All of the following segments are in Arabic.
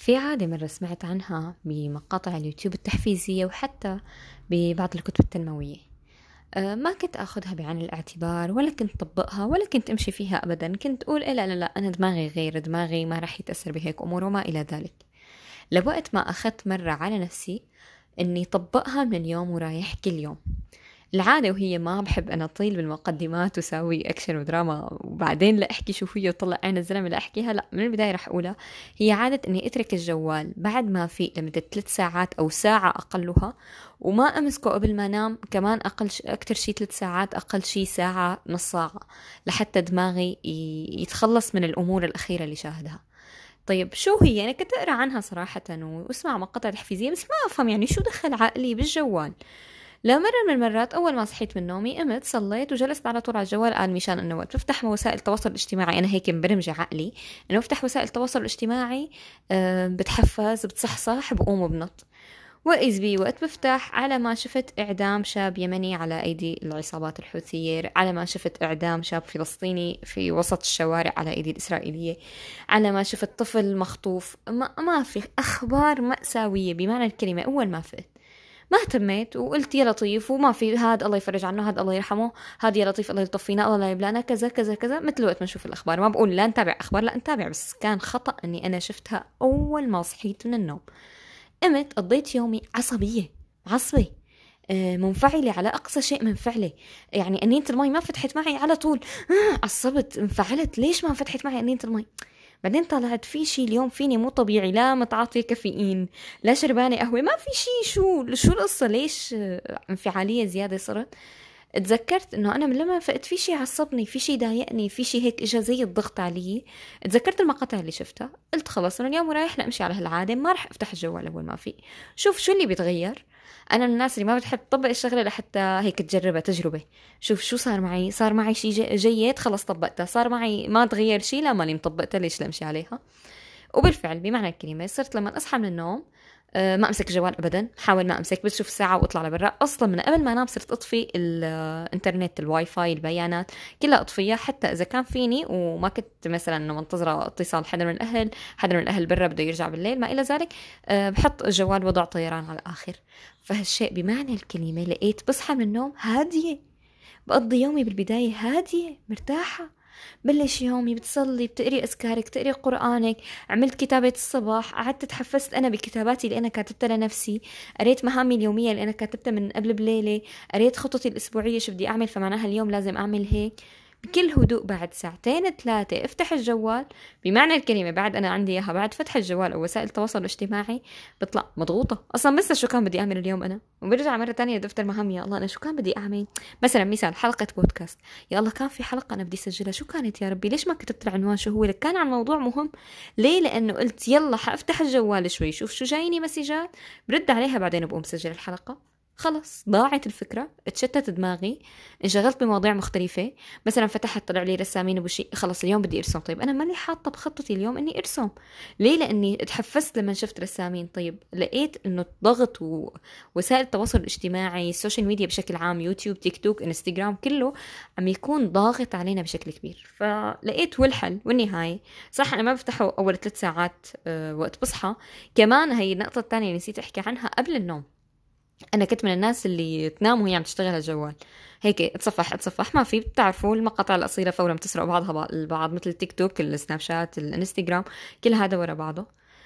في عادة مرة سمعت عنها بمقاطع اليوتيوب التحفيزية وحتى ببعض الكتب التنموية. ما كنت أخذها بعين الاعتبار ولا كنت طبقها ولا كنت أمشي فيها أبدا. كنت أقول إيه، لا لا لا، أنا دماغي غير دماغي، ما رح يتأثر بهيك أمور وما إلى ذلك. لوقت ما أخذت مرة على نفسي أني طبقها من اليوم ورايح كل يوم. العادة، وهي ما بحب أنا أطيل بالمقدمات وساوي أكشن ودراما وبعدين لا أحكي شو فيه وطلع عين الزلمة لا أحكيها، لا، من البداية رح أقولها. هي عادة أني أترك الجوال بعد ما فيق لمدة 3 ساعات أو ساعة أقلها، وما أمسكه قبل ما أنام كمان. أكتر شي 3 ساعات، أقل شي ساعة نص ساعة، لحتى دماغي يتخلص من الأمور الأخيرة اللي شاهدها. طيب شو هي؟ أنا كنت أقرأ عنها صراحة وأسمع مقاطع تحفيزية، بس ما أفهم يعني شو دخل عقلي بالجوال. لا، مرة من المرات أول ما صحيت من نومي قمت صليت وجلست على طول على الجوال، قال مشان إنه وقت بفتح وسائل التواصل الاجتماعي أنا هيك مبرمج عقلي إنه بفتح وسائل التواصل الاجتماعي بتحفز، بتصحصح، بقوم وبنط. وإذ بي وقت بفتح، على ما شفت إعدام شاب يمني على أيدي العصابات الحوثية، على ما شفت إعدام شاب فلسطيني في وسط الشوارع على أيدي الإسرائيلية، على ما شفت طفل مخطوف، ما في أخبار مأساوية بمعنى الكلمة. أول ما فقت ما اهتميت وقلت يا لطيف، وما في هاد الله يفرج عنه، هاد الله يرحمه، هاد يا لطيف الله يلطفينا، الله لا يبلانا، كذا كذا كذا. مثل وقت ما نشوف الأخبار، ما بقول لا نتابع أخبار، لا نتابع، بس كان خطأ أني أنا شفتها أول ما صحيت من النوم. قمت قضيت يومي عصبية، معصبة، منفعلة على أقصى شيء منفعلة. يعني أنينة المي ما فتحت معي على طول، عصبت، انفعلت، ليش ما فتحت معي أنينة المي؟ بعدين طلعت في شي اليوم فيني مو طبيعي، لا متعاطية كافيين، لا شربانة قهوة، ما في شي. شو القصة؟ ليش انفعالية زيادة صرت؟ تذكرت انه انا من لما فقت في شي عصبني، في شي ضايقني، في شي هيك اجى زي الضغط علي. تذكرت المقاطع اللي شفتها، قلت خلص من اليوم ورايح لامشي على هالعادة، ما رح افتح الجوال اول ما في. شوف شو اللي بيتغير. انا من الناس اللي ما بتحب تطبق الشغله لحتى هيك تجربها تجربه. شوف شو صار معي. صار معي شي جيد، خلص طبقتها. صار معي ما تغير شي، لا ماني مطبقتها، ليش لا امشي عليها؟ وبالفعل بمعنى الكلمة صرت لما أصحى من النوم ما أمسك الجوال أبدا، حاول ما أمسك، بس شوف الساعة وأطلع لبرا. أصلا من قبل ما أنام صرت أطفي الإنترنت، الواي فاي، البيانات كلها أطفيها، حتى إذا كان فيني وما كنت مثلا إنه منتظرة اتصال حدا من الأهل، حدا من الأهل برا بده يرجع بالليل، ما إلى ذلك، بحط الجوال وضع طيران على الآخر. فهالشيء بمعنى الكلمة لقيت بصحى من النوم هادية، بقضي يومي بالبداية هادية مرتاحة. بلش يومي بتصلي، بتقري أذكارك، تقري قرآنك، عملت كتابة الصباح، قعدت تحفزت أنا بكتاباتي اللي أنا كاتبتها لنفسي، قريت مهامي اليومية اللي أنا كاتبتها من قبل بليلة، قريت خططي الأسبوعية شو بدي أعمل، فمعناها اليوم لازم أعمل هيك. بكل هدوء بعد ساعتين 3 افتح الجوال، بمعنى الكلمة بعد أنا عندي إياها، بعد فتح الجوال أو وسائل التواصل الاجتماعي بطلع مضغوطة أصلا. بس شو كان بدي أعمل اليوم أنا، وبرجع مرة تانية لدفتر مهام، يا الله أنا شو كان بدي أعمل. مثلا مثال حلقة بودكاست، يا الله كان في حلقة أنا بدي أسجلها، شو كانت يا ربي؟ ليش ما كتبت العنوان شو هو؟ لك كان عن موضوع مهم. ليه؟ لأنه قلت يلا حأفتح الجوال شوي شوف شو جايني مسجات، برد عليها بعدين بقوم سجل الحلقة. خلص ضاعت الفكرة، اتشتت دماغي، انشغلت بمواضيع مختلفة. مثلا فتحت طلع لي رسامين ابو شيء، خلص اليوم بدي ارسم. طيب انا مالي حاطة بخطتي اليوم اني ارسم. ليه؟ لاني اتحفزت لما شفت رسامين. طيب لقيت انه الضغط ووسائل التواصل الاجتماعي، السوشيال ميديا بشكل عام، يوتيوب، تيك توك، انستغرام، كله عم يكون ضاغط علينا بشكل كبير. فلقيت والحل والنهاية، صح انا ما بفتحه اول 3 ساعات وقت بصحى. كمان هي النقطة الثانية اللي نسيت احكي عنها قبل النوم. انا كنت من الناس اللي تنام وهي عم تشتغل على الجوال، هيك اتصفح ما في، بتعرفوا المقاطع القصيره فورا بتسرق بعضها البعض، مثل التيك توك، السناب شات، الانستغرام، كل هذا ورا بعضه.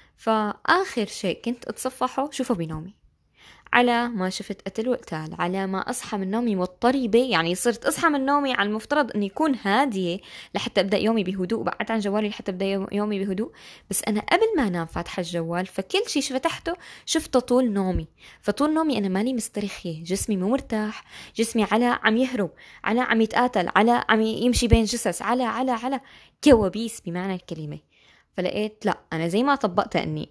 فاخر شيء كنت اتصفحه شوفه بنومي، على ما شفت قتل وقتال، على ما أصحى من نومي مضطربة. يعني صرت أصحى من نومي على المفترض أني يكون هادية لحتى أبدأ يومي بهدوء، بعد عن جوالي لحتى أبدأ يومي بهدوء. بس أنا قبل ما أنام فاتحة الجوال، فكل شي فتحته شفته طول نومي. فطول نومي أنا مالي مسترخية، جسمي مو مرتاح، جسمي على عم يهرب، على عم يتقاتل، على عم يمشي بين جثث، على كوابيس بمعنى الكلمة. فلقيت لا، انا زي ما طبقت اني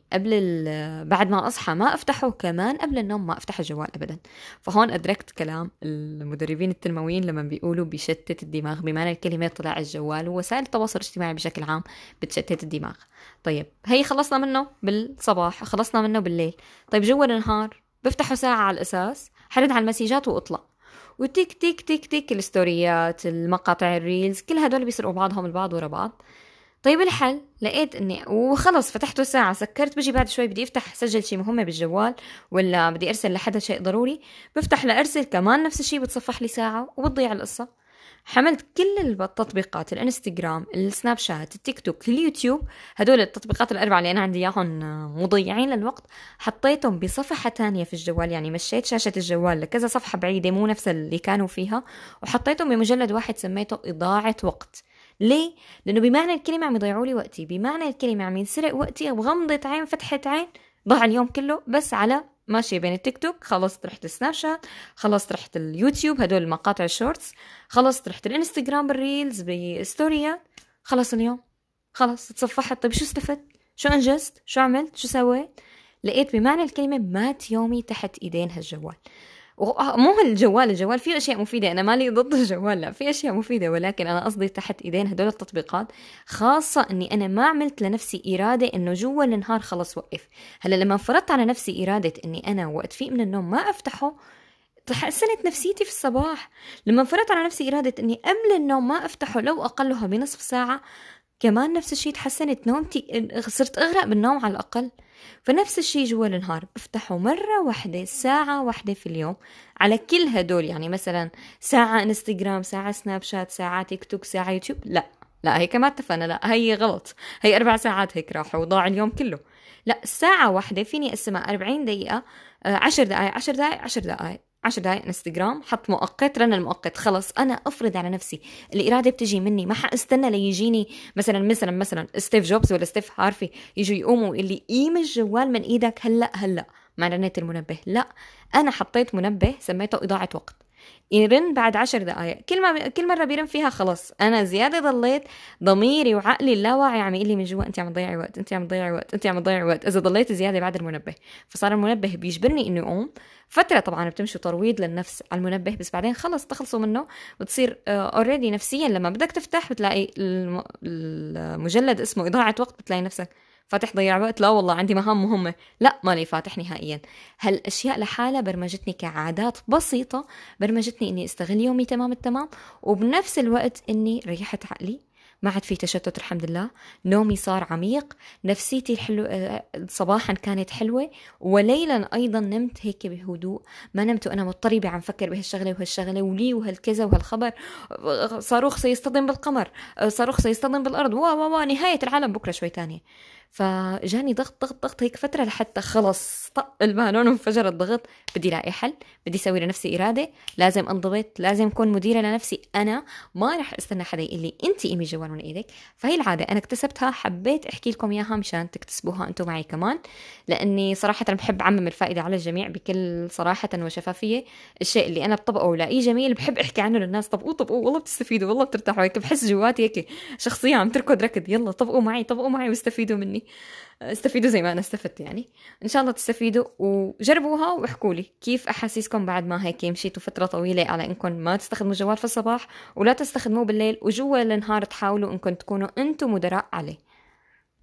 بعد ما اصحى ما افتحه، كمان قبل النوم ما افتح الجوال ابدا. فهون ادركت كلام المدربين التنمويين لما بيقولوا بيشتت الدماغ، بمعنى الكلمه طلع الجوال ووسائل التواصل الاجتماعي بشكل عام بتشتت الدماغ. طيب هي خلصنا منه بالصباح، خلصنا منه بالليل. طيب جوا النهار بفتحه ساعه على الاساس، حرد على المسيجات واطلع، وتيك تيك تيك تيك الستوريات، المقاطع، الريلز، كل هدول بيسرقوا بعضهم البعض ورا بعض. طيب الحل لقيت اني وخلص فتحته ساعة سكرت، بجي بعد شوي بدي افتح سجل شي مهمة بالجوال ولا بدي ارسل لحدا شيء ضروري، بفتح لارسل كمان نفس الشي، بتصفح لي ساعة وبتضيع القصة. حملت كل التطبيقات، الانستغرام، السناب شات، التيك توك، اليوتيوب، هدول التطبيقات الأربعة اللي أنا عندي إياهم مضيعين للوقت، حطيتهم بصفحة تانية في الجوال، يعني مشيت شاشة الجوال لكذا صفحة بعيدة مو نفس اللي كانوا فيها، وحطيتهم بمجلد واحد سميته إضاعة وقت. ليه؟ لأنه بمعنى الكلمة عم يضيعوا لي وقتي، بمعنى الكلمة عم ينسرق وقتي بغمضة عين فتحة عين، ضاع اليوم كله بس على ماشية بين التيك توك، خلصت رحت السناب شات، خلصت رحت اليوتيوب هدول المقاطع الشورتس، خلصت رحت الانستغرام بالريلز بستوريات، خلص اليوم خلص تصفحت. طيب شو استفدت؟ شو انجزت؟ شو عملت؟ شو سويت؟ لقيت بمعنى الكلمة مات يومي تحت ايدين هالجوال. مو الجوال فيه اشياء مفيده، انا مالي ضد الجوال، لا في اشياء مفيده، ولكن انا قصدي تحت ايدين هدول التطبيقات، خاصه اني انا ما عملت لنفسي اراده انه جوا النهار خلص وقف. هلا لما فرضت على نفسي اراده اني انا وقت فيق من النوم ما افتحه، تحسنت نفسيتي في الصباح. لما فرضت على نفسي إرادة إني قبل النوم ما أفتحه لو أقلها بنصف ساعة، كمان نفس الشيء تحسنت نومتي، صرت أغرق بالنوم على الأقل. فنفس الشيء جوا النهار بفتحه مرة واحدة، ساعة واحدة في اليوم على كل هدول، يعني مثلا ساعة انستغرام، ساعة سناب شات، ساعة تيك توك، ساعة يوتيوب. لا لا هيك ما اتفقنا، لا هي غلط، هي 4 ساعات هيك راحوا وضاع اليوم كله. لا ساعة واحدة فيني أقسمها 40 دقيقة، 10 دقائق 10 دقائق 10 دقائق 10 دقائق انستغرام، حط مؤقت، رن المؤقت، خلص انا افرض على نفسي الاراده بتجي مني، ما حاستنى ليجيني مثلا ستيف جوبز ولا ستيف هارفي يجوا يقوموا اللي قيم الجوال من ايدك هلا مع رنيت المنبه. لا انا حطيت منبه سميته اضاعه وقت، يرن بعد 10 دقائق، كل مرة بيرن فيها خلص أنا زيادة ضليت ضميري وعقلي اللاواعي عم يقول لي من جوا أنت عم تضيعي وقت، أنت عم تضيعي وقت، أنت عم تضيعي وقت، إذا ضليت زيادة بعد المنبه. فصار المنبه بيجبرني إنه أقوم. فترة طبعا بتمشي ترويض للنفس على المنبه، بس بعدين خلص تخلصوا منه، بتصير اوريدي نفسيا لما بدك تفتح بتلاقي المجلد اسمه إضاعة وقت، بتلاقي نفسك فاتح ضيع وقت. لا والله عندي مهام مهمة، لا مالي فاتح نهائيا. هالأشياء لحالها برمجتني كعادات بسيطة، برمجتني إني استغل يومي تمام التمام، وبنفس الوقت إني ريحت عقلي، ما عاد في تشتت الحمد لله، نومي صار عميق، نفسيتي صباحا كانت حلوة، وليلا أيضا نمت هيك بهدوء، ما نمت وأنا مضطربة عم فكر بهالشغلة وهالشغلة ولي وهالكذا وهالخبر، صاروخ سيصطدم بالقمر، صاروخ سيصطدم بالأرض، نهاية العالم بكرة شوي تانية. فجاني ضغط هيك فترة لحتى خلص طق البالون وانفجر الضغط. بدي لاقي حل، بدي اسوي لنفسي إرادة، لازم انضبط، لازم اكون مديرة لنفسي، انا ما رح استنى حدا يقول لي انت قيمي الجوال من ايدك. فهي العادة انا اكتسبتها، حبيت احكي لكم اياها مشان تكتسبوها انتم معي كمان، لاني صراحة بحب اعمم الفائدة على الجميع بكل صراحة وشفافية. الشيء اللي انا بطبقه ولاقيه جميل بحب احكي عنه للناس، طبقوه والله بتستفيدوا، والله بترتاحوا، هيك بحس جواتي هيك شخصية عم تركض ركض، يلا طبقوا معي واستفيدوا مني، استفيدوا زي ما أنا استفدت. يعني إن شاء الله تستفيدوا وجربوها واحكوا لي كيف أحاسيسكم بعد ما هيك مشيتوا فترة طويلة على إنكم ما تستخدموا الجوال في الصباح ولا تستخدموه بالليل، وجوا النهار تحاولوا إنكم تكونوا أنتم مدراء عليه.